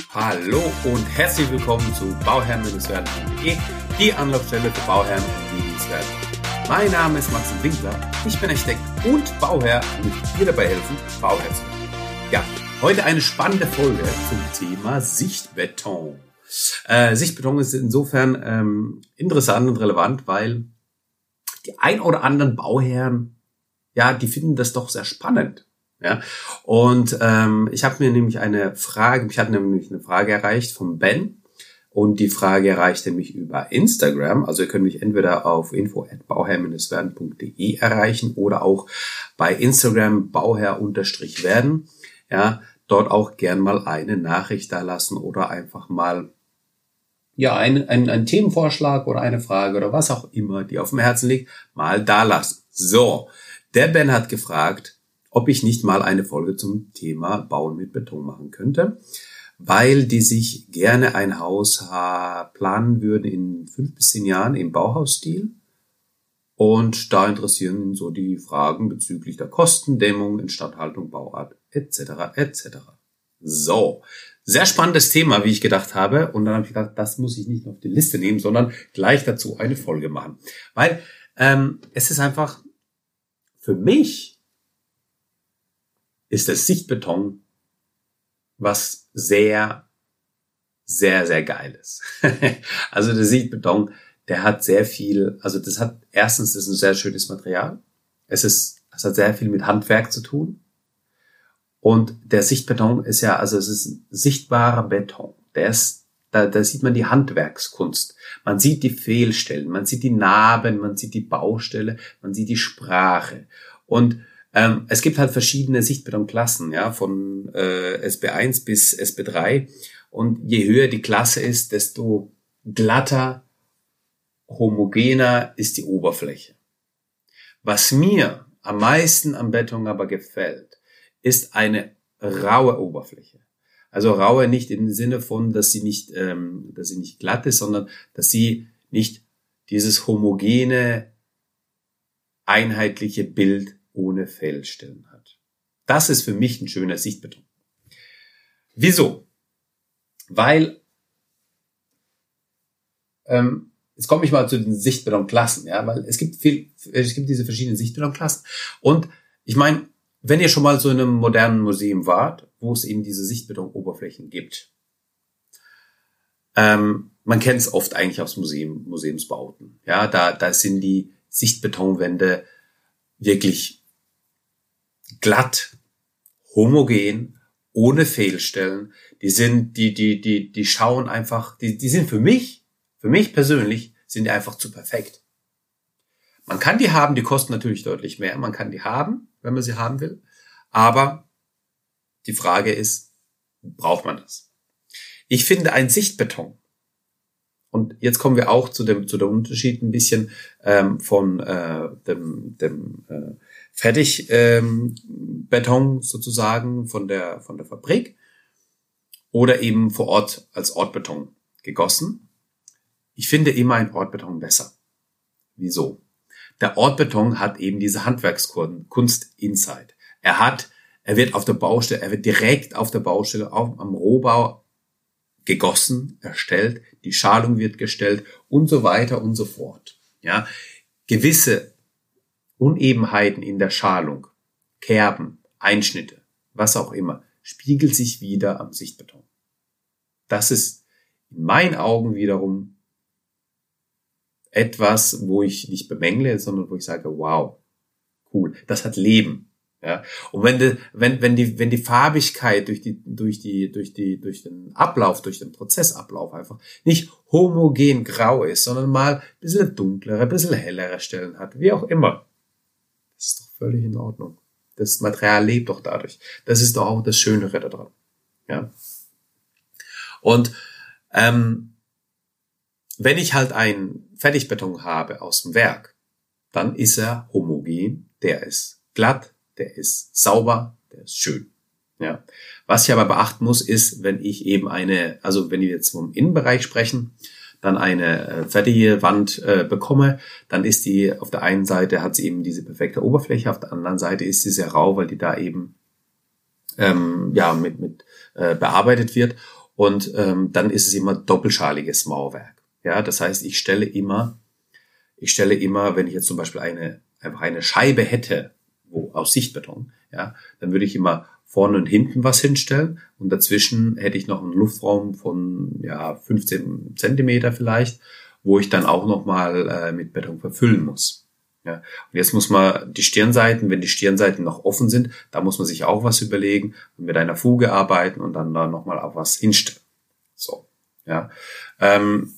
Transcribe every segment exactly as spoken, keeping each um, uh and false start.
Hallo und herzlich willkommen zu bauherren-werden punkt de, die Anlaufstelle für Bauherren und Lebenswerte. Mein Name ist Maxim Winkler, ich bin Architekt und Bauherr und möchte dir dabei helfen, Bauherr zu werden. Ja, heute eine spannende Folge zum Thema Sichtbeton. Äh, Sichtbeton ist insofern ähm, interessant und relevant, weil die ein oder anderen Bauherren, ja, die finden das doch sehr spannend. Ja, und ähm, ich habe mir nämlich eine Frage, ich hatte nämlich eine Frage erreicht vom Ben und die Frage erreichte mich über Instagram. Also ihr könnt mich entweder auf info at bauherr-werden punkt de erreichen oder auch bei Instagram bauherr-werden. Ja, dort auch gern mal eine Nachricht da lassen oder einfach mal ja ein, ein, ein Themenvorschlag oder eine Frage oder was auch immer, die auf dem Herzen liegt, mal da lassen. So, der Ben hat gefragt, ob ich nicht mal eine Folge zum Thema Bauen mit Beton machen könnte, weil die sich gerne ein Haus planen würden in fünf bis zehn Jahren im Bauhausstil. Und da interessieren ihn so die Fragen bezüglich der Kostendämmung, Instandhaltung, Bauart et cetera et cetera. So, sehr spannendes Thema, wie ich gedacht habe. Und dann habe ich gedacht, das muss ich nicht nur auf die Liste nehmen, sondern gleich dazu eine Folge machen. Weil ähm, es ist einfach für mich ist das Sichtbeton was sehr, sehr, sehr geil ist. Also der Sichtbeton, der hat sehr viel, also das hat, erstens, das ist ein sehr schönes Material. Es ist, es hat sehr viel mit Handwerk zu tun. Und der Sichtbeton ist ja, also es ist ein sichtbarer Beton. Der ist, da, da sieht man die Handwerkskunst. Man sieht die Fehlstellen, man sieht die Narben, man sieht die Baustelle, man sieht die Sprache. Und Ähm, es gibt halt verschiedene Sichtbetonklassen, ja, von äh, S B eins bis S B drei. Und je höher die Klasse ist, desto glatter, homogener ist die Oberfläche. Was mir am meisten am Beton aber gefällt, ist eine raue Oberfläche. Also raue nicht im Sinne von, dass sie nicht, ähm, dass sie nicht glatt ist, sondern dass sie nicht dieses homogene, einheitliche Bild ohne Fehlstellen hat. Das ist für mich ein schöner Sichtbeton. Wieso? Weil, ähm, jetzt komme ich mal zu den Sichtbetonklassen, ja, weil es gibt viel, es gibt diese verschiedenen Sichtbetonklassen. Und ich meine, wenn ihr schon mal so in einem modernen Museum wart, wo es eben diese Sichtbetonoberflächen gibt, ähm, man kennt es oft eigentlich aus Museum, Museumsbauten. Ja, da, da sind die Sichtbetonwände wirklich glatt, homogen, ohne Fehlstellen. Die sind, die, die, die, die schauen einfach, die, die sind für mich, für mich persönlich, sind die einfach zu perfekt. Man kann die haben, die kosten natürlich deutlich mehr. Man kann die haben, wenn man sie haben will. Aber die Frage ist, braucht man das? Ich finde ein Sichtbeton, und jetzt kommen wir auch zu dem, zu der Unterschied ein bisschen ähm, von äh, dem, dem äh, Fertigbeton ähm, sozusagen von der von der Fabrik oder eben vor Ort als Ortbeton gegossen. Ich finde immer ein Ortbeton besser. Wieso? Der Ortbeton hat eben diese Handwerkskunst inside. Er hat, er wird auf der Baustelle, er wird direkt auf der Baustelle auf, am Rohbau gegossen, erstellt, die Schalung wird gestellt und so weiter und so fort. Ja, gewisse Unebenheiten in der Schalung, Kerben, Einschnitte, was auch immer, spiegelt sich wieder am Sichtbeton. Das ist in meinen Augen wiederum etwas, wo ich nicht bemängle, sondern wo ich sage, wow, cool, das hat Leben. Ja, und wenn die, wenn, wenn die, wenn die Farbigkeit durch die, durch die, durch die, durch den Ablauf, durch den Prozessablauf einfach nicht homogen grau ist, sondern mal ein bisschen dunklere, ein bisschen hellere Stellen hat, wie auch immer. Das ist doch völlig in Ordnung. Das Material lebt doch dadurch. Das ist doch auch das Schönere daran. Ja. Und, ähm, wenn ich halt einen Fertigbeton habe aus dem Werk, dann ist er homogen, der ist glatt, der ist sauber, der ist schön. Ja. Was ich aber beachten muss, ist, wenn ich eben eine, also wenn wir jetzt vom Innenbereich sprechen, dann eine äh, fertige Wand äh, bekomme, dann ist die auf der einen Seite hat sie eben diese perfekte Oberfläche, auf der anderen Seite ist sie sehr rau, weil die da eben ähm, ja mit mit äh, bearbeitet wird. Und ähm, dann ist es immer doppelschaliges Mauerwerk. Ja, das heißt, ich stelle immer, ich stelle immer, wenn ich jetzt zum Beispiel eine einfach eine Scheibe hätte, wo aus Sichtbeton, ja, dann würde ich immer vorne und hinten was hinstellen und dazwischen hätte ich noch einen Luftraum von ja fünfzehn Zentimeter vielleicht, wo ich dann auch nochmal äh, mit Beton verfüllen muss. Ja, und jetzt muss man die Stirnseiten, wenn die Stirnseiten noch offen sind, da muss man sich auch was überlegen und mit einer Fuge arbeiten und dann da nochmal auf was hinstellen. So, ja. Ähm,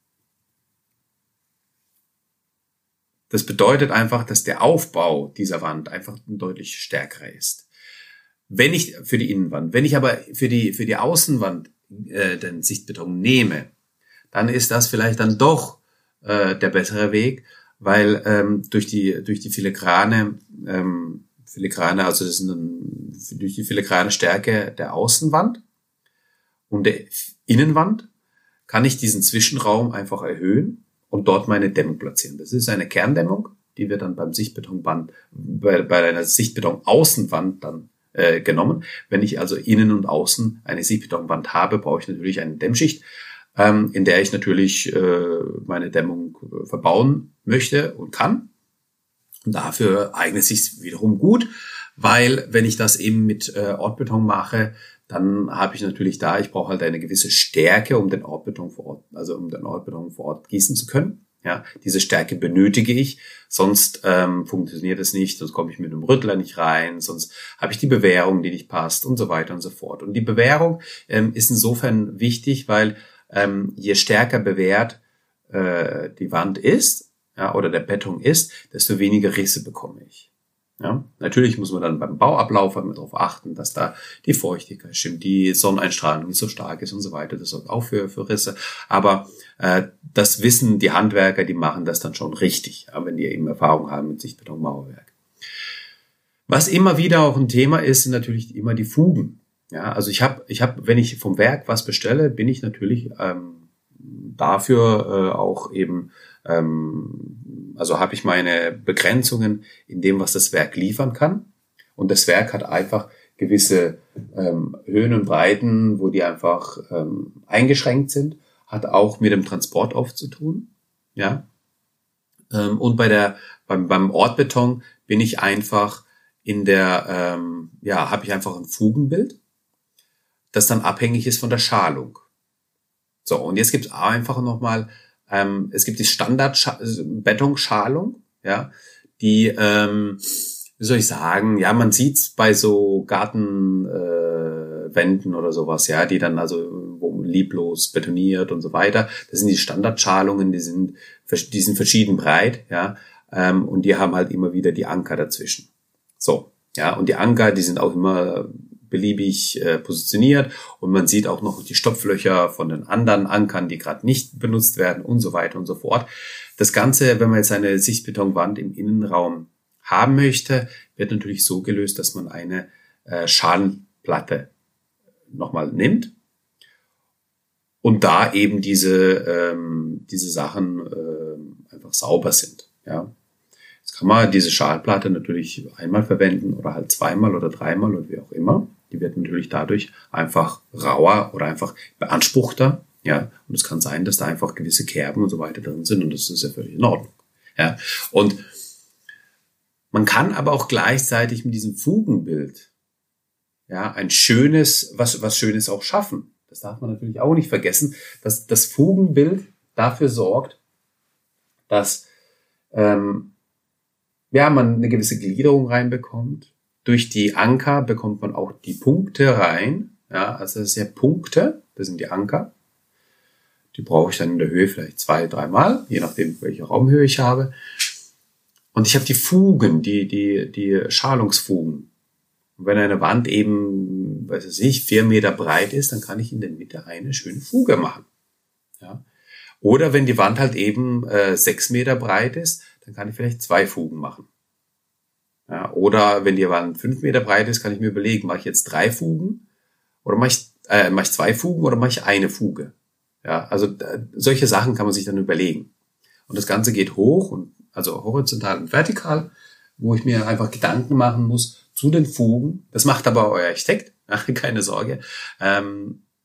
das bedeutet einfach, dass der Aufbau dieser Wand einfach deutlich stärker ist. Wenn ich für die Innenwand, wenn ich aber für die für die Außenwand äh, den Sichtbeton nehme, dann ist das vielleicht dann doch äh, der bessere Weg, weil ähm, durch die durch die Filigrane ähm, Filigrane, also das sind dann, durch die filigrane Stärke der Außenwand und der Innenwand kann ich diesen Zwischenraum einfach erhöhen und dort meine Dämmung platzieren. Das ist eine Kerndämmung, die wird dann beim Sichtbetonband bei, bei einer Sichtbeton-Außenwand dann äh, genommen. Wenn ich also innen und außen eine Sichtbetonwand habe, brauche ich natürlich eine Dämmschicht, ähm, in der ich natürlich äh, meine Dämmung äh, verbauen möchte und kann. Und dafür eignet sich wiederum gut, weil wenn ich das eben mit äh, Ortbeton mache, dann habe ich natürlich da, ich brauche halt eine gewisse Stärke, um den Ortbeton vor Ort, also um den Ortbeton vor Ort gießen zu können. Ja, diese Stärke benötige ich, sonst ähm, funktioniert es nicht, sonst komme ich mit dem Rüttler nicht rein, sonst habe ich die Bewehrung, die nicht passt und so weiter und so fort. Und die Bewehrung ähm, ist insofern wichtig, weil ähm, je stärker bewehrt äh, die Wand ist, ja, oder der Beton ist, desto weniger Risse bekomme ich. Ja, natürlich muss man dann beim Bauablauf darauf achten, dass da die Feuchtigkeit stimmt, die Sonneneinstrahlung nicht so stark ist und so weiter. Das sorgt auch für, für Risse. Aber äh, das wissen die Handwerker, die machen das dann schon richtig, wenn die eben Erfahrung haben mit Sichtbetonmauerwerk. Was immer wieder auch ein Thema ist, sind natürlich immer die Fugen. Ja, also ich habe, ich habe, wenn ich vom Werk was bestelle, bin ich natürlich ähm, dafür äh, auch eben ähm, also habe ich meine Begrenzungen in dem, was das Werk liefern kann. Und das Werk hat einfach gewisse ähm, Höhen und Breiten, wo die einfach ähm, eingeschränkt sind. Hat auch mit dem Transport oft zu tun. Ja. Ähm, und bei der beim, beim Ortbeton bin ich einfach in der, ähm, ja, habe ich einfach ein Fugenbild, das dann abhängig ist von der Schalung. So, und jetzt gibt es einfach nochmal, ähm, es gibt die Standard-Betonschalung, ja, die, ähm, wie soll ich sagen, ja, man sieht's bei so Gartenwänden äh, Wänden oder sowas, ja, die dann also wo lieblos betoniert und so weiter. Das sind die Standardschalungen, die sind, die sind verschieden breit, ja, ähm, und die haben halt immer wieder die Anker dazwischen. So, ja, und die Anker, die sind auch immer beliebig äh, positioniert und man sieht auch noch die Stopflöcher von den anderen Ankern, die gerade nicht benutzt werden und so weiter und so fort. Das Ganze, wenn man jetzt eine Sichtbetonwand im Innenraum haben möchte, wird natürlich so gelöst, dass man eine äh, Schalenplatte nochmal nimmt und da eben diese ähm, diese Sachen äh, einfach sauber sind. Ja, jetzt kann man diese Schalplatte natürlich einmal verwenden oder halt zweimal oder dreimal oder wie auch immer. Die wird natürlich dadurch einfach rauer oder einfach beanspruchter. Ja, und es kann sein, dass da einfach gewisse Kerben und so weiter drin sind und das ist ja völlig in Ordnung. Ja, und man kann aber auch gleichzeitig mit diesem Fugenbild ja ein schönes, was was Schönes auch schaffen. Das darf man natürlich auch nicht vergessen, dass das Fugenbild dafür sorgt, dass ähm, ja man eine gewisse Gliederung reinbekommt. Durch die Anker bekommt man auch die Punkte rein. Ja, also das sind ja Punkte, das sind die Anker. Die brauche ich dann in der Höhe vielleicht zwei, dreimal, je nachdem, welche Raumhöhe ich habe. Und ich habe die Fugen, die, die, die Schalungsfugen. Und wenn eine Wand eben, weiß ich nicht, vier Meter breit ist, dann kann ich in der Mitte eine schöne Fuge machen. Ja. Oder wenn die Wand halt eben äh, sechs Meter breit ist, dann kann ich vielleicht zwei Fugen machen. Ja, oder wenn die Wand fünf Meter breit ist, kann ich mir überlegen, mache ich jetzt drei Fugen oder mache ich, äh, mache ich zwei Fugen oder mache ich eine Fuge? Ja, also äh, solche Sachen kann man sich dann überlegen. Und das Ganze geht hoch, und also horizontal und vertikal, wo ich mir einfach Gedanken machen muss zu den Fugen. Das macht aber euer Architekt, keine Sorge. Ähm,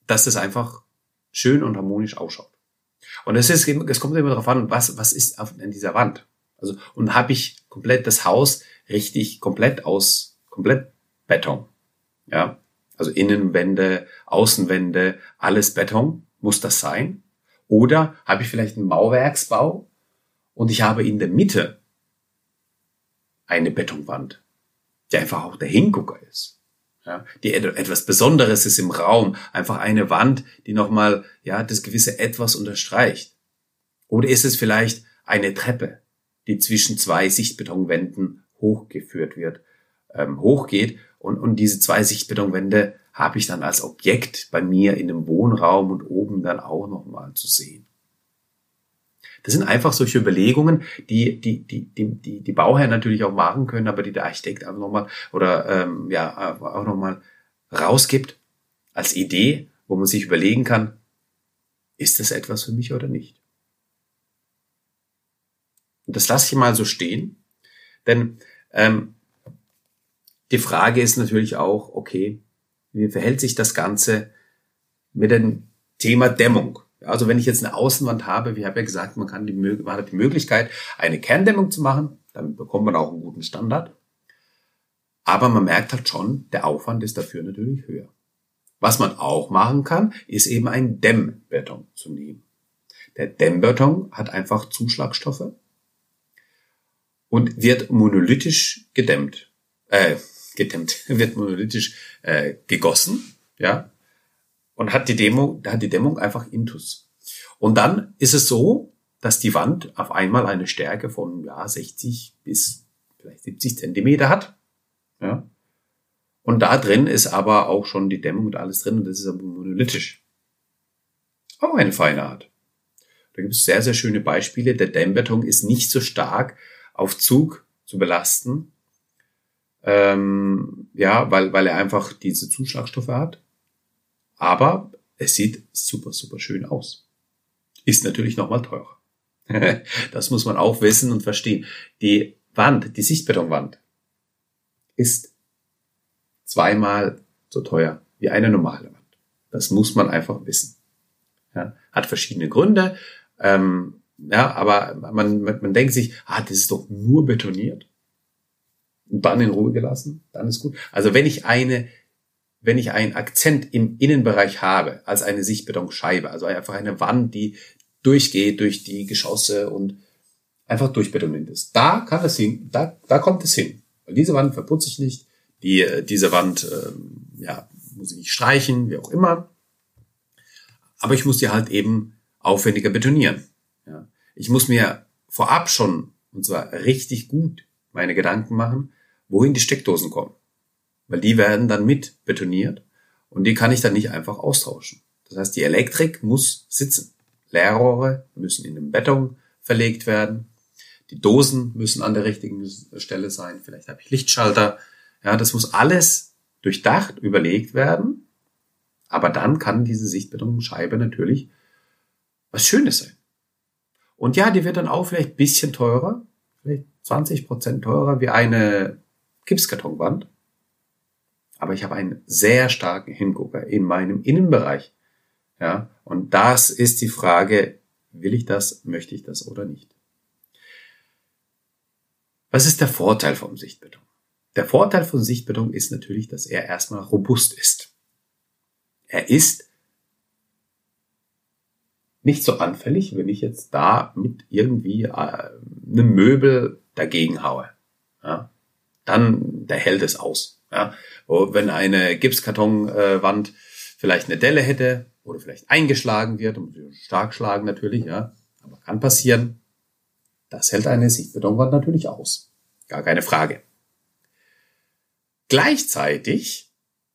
dass das einfach schön und harmonisch ausschaut. Und es ist, es kommt immer darauf an, was, was ist auf, an dieser Wand? Also, und habe ich komplett das Haus richtig komplett aus, komplett Beton. Ja. Also Innenwände, Außenwände, alles Beton. Muss das sein? Oder habe ich vielleicht einen Mauerwerksbau und ich habe in der Mitte eine Betonwand, die einfach auch der Hingucker ist. Ja, die etwas Besonderes ist im Raum. Einfach eine Wand, die nochmal, ja, das gewisse Etwas unterstreicht. Oder ist es vielleicht eine Treppe, die zwischen zwei Sichtbetonwänden hochgeführt wird, ähm, hochgeht. Und, und diese zwei Sichtbetonwände habe ich dann als Objekt bei mir in dem Wohnraum und oben dann auch nochmal zu sehen. Das sind einfach solche Überlegungen, die die die die die, die Bauherren natürlich auch machen können, aber die der Architekt einfach nochmal oder ähm, ja auch nochmal rausgibt als Idee, wo man sich überlegen kann, ist das etwas für mich oder nicht? Und das lasse ich mal so stehen, denn ähm, die Frage ist natürlich auch, okay, wie verhält sich das Ganze mit dem Thema Dämmung? Also wenn ich jetzt eine Außenwand habe, wie habe ja gesagt, man kann die, man hat die Möglichkeit, eine Kerndämmung zu machen, dann bekommt man auch einen guten Standard. Aber man merkt halt schon, der Aufwand ist dafür natürlich höher. Was man auch machen kann, ist eben einen Dämmbeton zu nehmen. Der Dämmbeton hat einfach Zuschlagstoffe und wird monolithisch gedämmt, äh, gedämmt, wird monolithisch äh, gegossen, ja, und hat die Dämmung, hat die Dämmung einfach intus. Und dann ist es so, dass die Wand auf einmal eine Stärke von ja sechzig bis vielleicht siebzig Zentimeter hat, ja. Und da drin ist aber auch schon die Dämmung und alles drin und das ist aber monolithisch. Auch eine feine Art. Da gibt es sehr, sehr schöne Beispiele. Der Dämmbeton ist nicht so stark auf Zug zu belasten, ähm, ja, weil, weil er einfach diese Zuschlagstoffe hat. Aber es sieht super, super schön aus. Ist natürlich nochmal teurer. Das muss man auch wissen und verstehen. Die Wand, die Sichtbetonwand, ist zweimal so teuer wie eine normale Wand. Das muss man einfach wissen. Ja, hat verschiedene Gründe. Ähm, ja, aber man, man denkt sich, ah, das ist doch nur betoniert. Und dann in Ruhe gelassen, dann ist gut. Also wenn ich eine, wenn ich einen Akzent im Innenbereich habe, als eine Sichtbetonscheibe, also einfach eine Wand, die durchgeht durch die Geschosse und einfach durchbetoniert ist, da kann es hin, da, da kommt es hin. Weil diese Wand verputze ich nicht, die, diese Wand, ähm, ja, muss ich nicht streichen, wie auch immer. Aber ich muss die halt eben aufwendiger betonieren. Ja. Ich muss mir vorab schon, und zwar richtig gut, meine Gedanken machen, wohin die Steckdosen kommen. Weil die werden dann mit betoniert und die kann ich dann nicht einfach austauschen. Das heißt, die Elektrik muss sitzen. Leerrohre müssen in den Beton verlegt werden. Die Dosen müssen an der richtigen Stelle sein. Vielleicht habe ich Lichtschalter. Ja, das muss alles durchdacht, überlegt werden. Aber dann kann diese Sichtbetonscheibe natürlich was Schönes sein. Und ja, die wird dann auch vielleicht ein bisschen teurer, vielleicht zwanzig Prozent teurer wie eine Gipskartonwand. Aber ich habe einen sehr starken Hingucker in meinem Innenbereich. Ja, und das ist die Frage, will ich das, möchte ich das oder nicht? Was ist der Vorteil vom Sichtbeton? Der Vorteil von Sichtbeton ist natürlich, dass er erstmal robust ist. Er ist nicht so anfällig, wenn ich jetzt da mit irgendwie äh, einem Möbel dagegen haue. Ja, dann, der hält es aus. Ja, wenn eine Gipskartonwand äh, vielleicht eine Delle hätte oder vielleicht eingeschlagen wird, und stark schlagen natürlich, ja, aber kann passieren, das hält eine Sichtbetonwand natürlich aus. Gar keine Frage. Gleichzeitig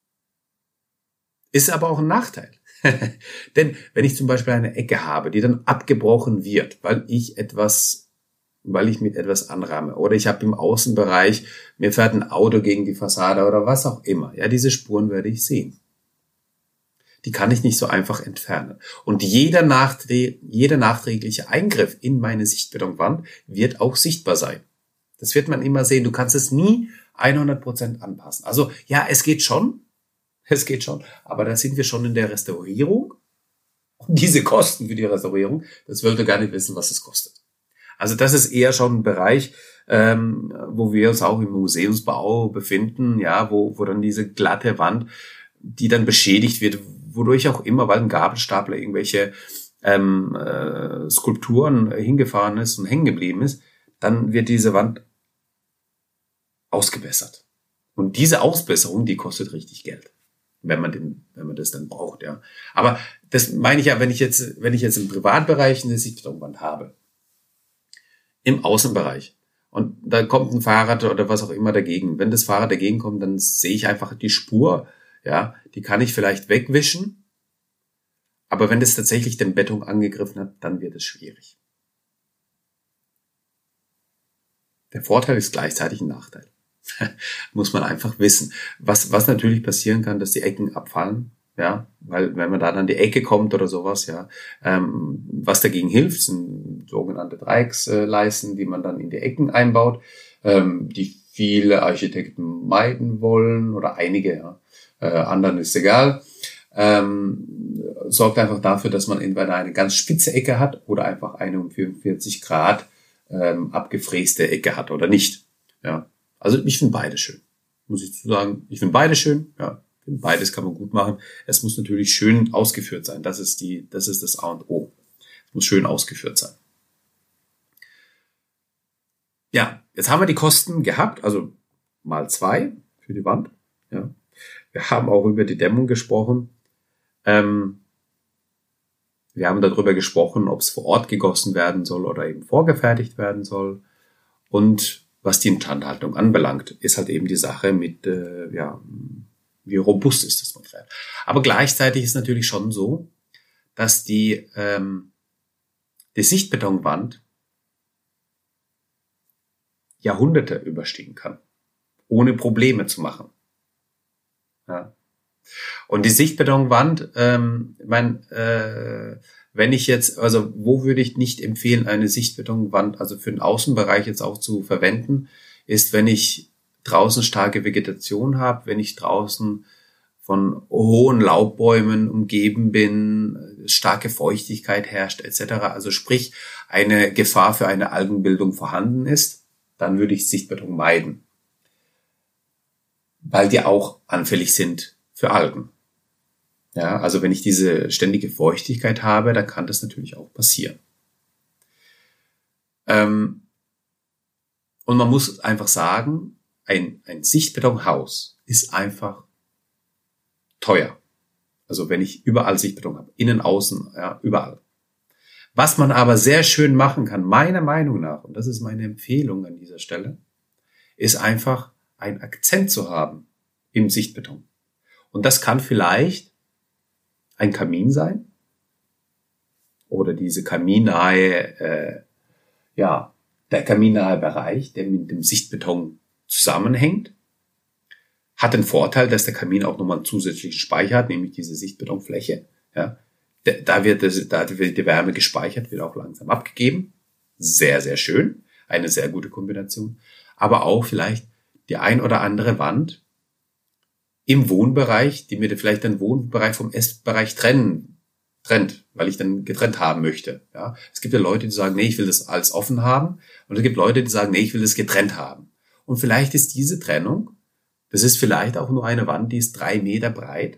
ist aber auch ein Nachteil. Denn wenn ich zum Beispiel eine Ecke habe, die dann abgebrochen wird, weil ich etwas, weil ich mit etwas anrahme, oder ich habe im Außenbereich, mir fährt ein Auto gegen die Fassade oder was auch immer, ja, diese Spuren werde ich sehen. Die kann ich nicht so einfach entfernen. Und jeder, nachträ- jeder nachträgliche Eingriff in meine Sichtbetonwand wird auch sichtbar sein. Das wird man immer sehen. Du kannst es nie hundert Prozent anpassen. Also ja, es geht schon, es geht schon. Aber da sind wir schon in der Restaurierung. Und diese Kosten für die Restaurierung, das wollt ihr gar nicht wissen, was es kostet. Also das ist eher schon ein Bereich, ähm, wo wir uns auch im Museumsbau befinden, ja, wo, wo dann diese glatte Wand, die dann beschädigt wird, wodurch auch immer, weil ein Gabelstapler irgendwelche ähm, äh, Skulpturen hingefahren ist und hängen geblieben ist, dann wird diese Wand ausgebessert. Und diese Ausbesserung, die kostet richtig Geld, wenn man den, wenn man das dann braucht, ja. Aber das meine ich ja, wenn ich jetzt, wenn ich jetzt im Privatbereich eine Sichtbetonwand habe, im Außenbereich, und da kommt ein Fahrrad oder was auch immer dagegen. Wenn das Fahrrad dagegen kommt, dann sehe ich einfach die Spur, ja, die kann ich vielleicht wegwischen. Aber wenn das tatsächlich den Beton angegriffen hat, dann wird es schwierig. Der Vorteil ist gleichzeitig ein Nachteil. Muss man einfach wissen. Was, was natürlich passieren kann, dass die Ecken abfallen, ja, weil wenn man da an die Ecke kommt oder sowas, ja, ähm, was dagegen hilft, sind sogenannte Dreiecksleisten, die man dann in die Ecken einbaut, ähm, die viele Architekten meiden wollen oder einige, ja, äh, anderen ist egal. Ähm, sorgt einfach dafür, dass man entweder eine ganz spitze Ecke hat oder einfach eine um vierundvierzig Grad ähm, abgefräste Ecke hat oder nicht, ja. Also ich finde beide schön, muss ich zu sagen. Ich finde beide schön, ja. Beides kann man gut machen. Es muss natürlich schön ausgeführt sein. Das ist die, das ist das A und O. Es muss schön ausgeführt sein. Ja, jetzt haben wir die Kosten gehabt, also mal zwei für die Wand. Ja, wir haben auch über die Dämmung gesprochen. Ähm, wir haben darüber gesprochen, ob es vor Ort gegossen werden soll oder eben vorgefertigt werden soll. Und was die Instandhaltung anbelangt, ist halt eben die Sache mit, äh, ja, wie robust ist das Material. Aber gleichzeitig ist natürlich schon so, dass die, ähm, die Sichtbetonwand Jahrhunderte überstehen kann, ohne Probleme zu machen. Ja. Und die Sichtbetonwand, ähm, ich meine, äh, wenn ich jetzt, also wo würde ich nicht empfehlen, eine Sichtbetonwand, also für den Außenbereich jetzt auch zu verwenden, ist, wenn ich draußen starke Vegetation habe, wenn ich draußen von hohen Laubbäumen umgeben bin, starke Feuchtigkeit herrscht et cetera. Also sprich, eine Gefahr für eine Algenbildung vorhanden ist, dann würde ich Sichtbeton meiden, weil die auch anfällig sind für Algen. Ja, also wenn ich diese ständige Feuchtigkeit habe, dann kann das natürlich auch passieren. Ähm, und man muss einfach sagen, ein, ein Sichtbetonhaus ist einfach teuer. Also wenn ich überall Sichtbeton habe, innen, außen, ja, überall. Was man aber sehr schön machen kann, meiner Meinung nach, und das ist meine Empfehlung an dieser Stelle, ist einfach einen Akzent zu haben im Sichtbeton. Und das kann vielleicht ein Kamin sein oder diese kaminnahe, äh, ja, der kaminnahe Bereich, der mit dem Sichtbeton zusammenhängt, hat den Vorteil, dass der Kamin auch nochmal einen zusätzlichen Speicher hat, nämlich diese Sichtbetonfläche. Ja, da wird, das, da wird die Wärme gespeichert, wird auch langsam abgegeben. Sehr, sehr schön. Eine sehr gute Kombination. Aber auch vielleicht die ein oder andere Wand im Wohnbereich, die mir vielleicht den Wohnbereich vom Essbereich trennen, trennt, weil ich dann getrennt haben möchte. Ja, es gibt ja Leute, die sagen, nee, ich will das alles offen haben. Und es gibt Leute, die sagen, nee, ich will das getrennt haben. Und vielleicht ist diese Trennung, das ist vielleicht auch nur eine Wand, die ist drei Meter breit.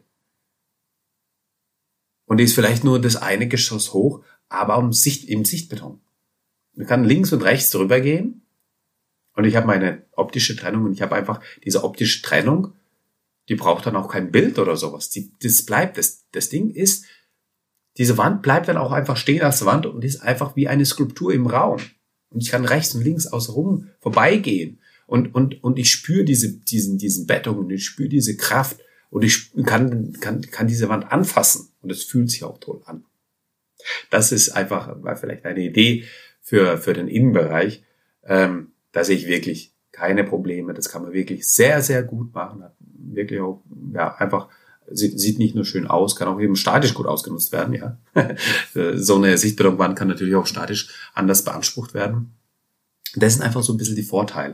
Und die ist vielleicht nur das eine Geschoss hoch, aber im, Sicht, im Sichtbeton. Man kann links und rechts drüber gehen. Und ich habe meine optische Trennung und ich habe einfach diese optische Trennung, die braucht dann auch kein Bild oder sowas. Die, das bleibt, das, das Ding ist, diese Wand bleibt dann auch einfach stehen als Wand und ist einfach wie eine Skulptur im Raum. Und ich kann rechts und links außenrum vorbeigehen. Und, und, und ich spüre diese, diesen, diesen Beton und ich spüre diese Kraft und ich kann, kann, kann diese Wand anfassen. Und es fühlt sich auch toll an. Das ist einfach mal vielleicht eine Idee für, für den Innenbereich. Ähm, da sehe ich wirklich keine Probleme. Das kann man wirklich sehr, sehr gut machen. Hat wirklich auch, ja, einfach, sieht, sieht nicht nur schön aus, kann auch eben statisch gut ausgenutzt werden, ja. So eine Sichtbetonwand kann natürlich auch statisch anders beansprucht werden. Das sind einfach so ein bisschen die Vorteile.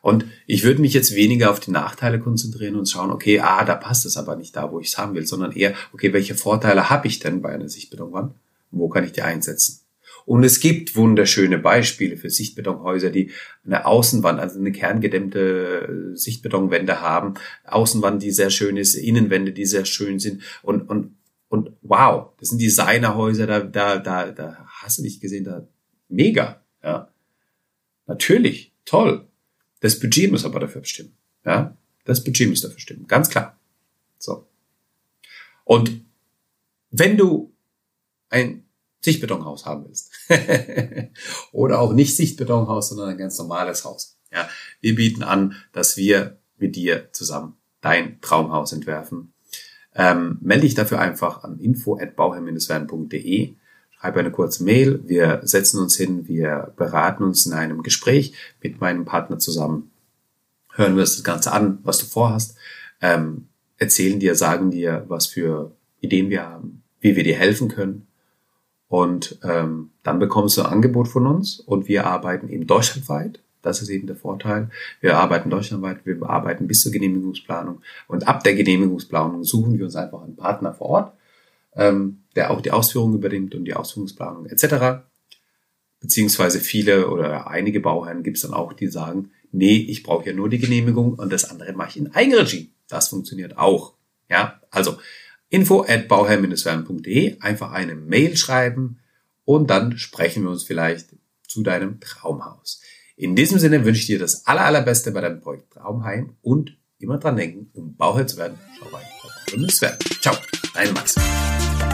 Und ich würde mich jetzt weniger auf die Nachteile konzentrieren und schauen, okay, ah, da passt es aber nicht da, wo ich es haben will, sondern eher, okay, welche Vorteile habe ich denn bei einer Sichtbetonwand? Wo kann ich die einsetzen? Und es gibt wunderschöne Beispiele für Sichtbetonhäuser, die eine Außenwand, also eine kerngedämmte Sichtbetonwände haben, Außenwand, die sehr schön ist, Innenwände, die sehr schön sind und und und wow, das sind Designerhäuser, da da da da hast du nicht gesehen, da mega, ja. Natürlich, toll. Das Budget muss aber dafür bestimmen, ja. Das Budget muss dafür stimmen, ganz klar. So. Und wenn du ein Sichtbetonhaus haben willst oder auch nicht Sichtbetonhaus, sondern ein ganz normales Haus. Ja, wir bieten an, dass wir mit dir zusammen dein Traumhaus entwerfen. Ähm, melde dich dafür einfach an info at bauherr Bindestrich werden punkt de. Schreib eine kurze Mail. Wir setzen uns hin, wir beraten uns in einem Gespräch mit meinem Partner zusammen. Hören wir uns das Ganze an, was du vorhast. Ähm, erzählen dir, sagen dir, was für Ideen wir haben, wie wir dir helfen können. Und ähm, dann bekommst du ein Angebot von uns und wir arbeiten eben deutschlandweit. Das ist eben der Vorteil. Wir arbeiten deutschlandweit, wir arbeiten bis zur Genehmigungsplanung. Und ab der Genehmigungsplanung suchen wir uns einfach einen Partner vor Ort, ähm, der auch die Ausführung übernimmt und die Ausführungsplanung et cetera. Beziehungsweise viele oder einige Bauherren gibt es dann auch, die sagen, nee, ich brauche ja nur die Genehmigung und das andere mache ich in Eigenregie. Das funktioniert auch. Ja, also info at bauherr Bindestrich werden punkt de, einfach eine Mail schreiben und dann sprechen wir uns vielleicht zu deinem Traumhaus. In diesem Sinne wünsche ich dir das aller, allerbeste bei deinem Projekt Traumheim und immer dran denken, um Bauherr zu werden, schau rein. Ciao, dein Max.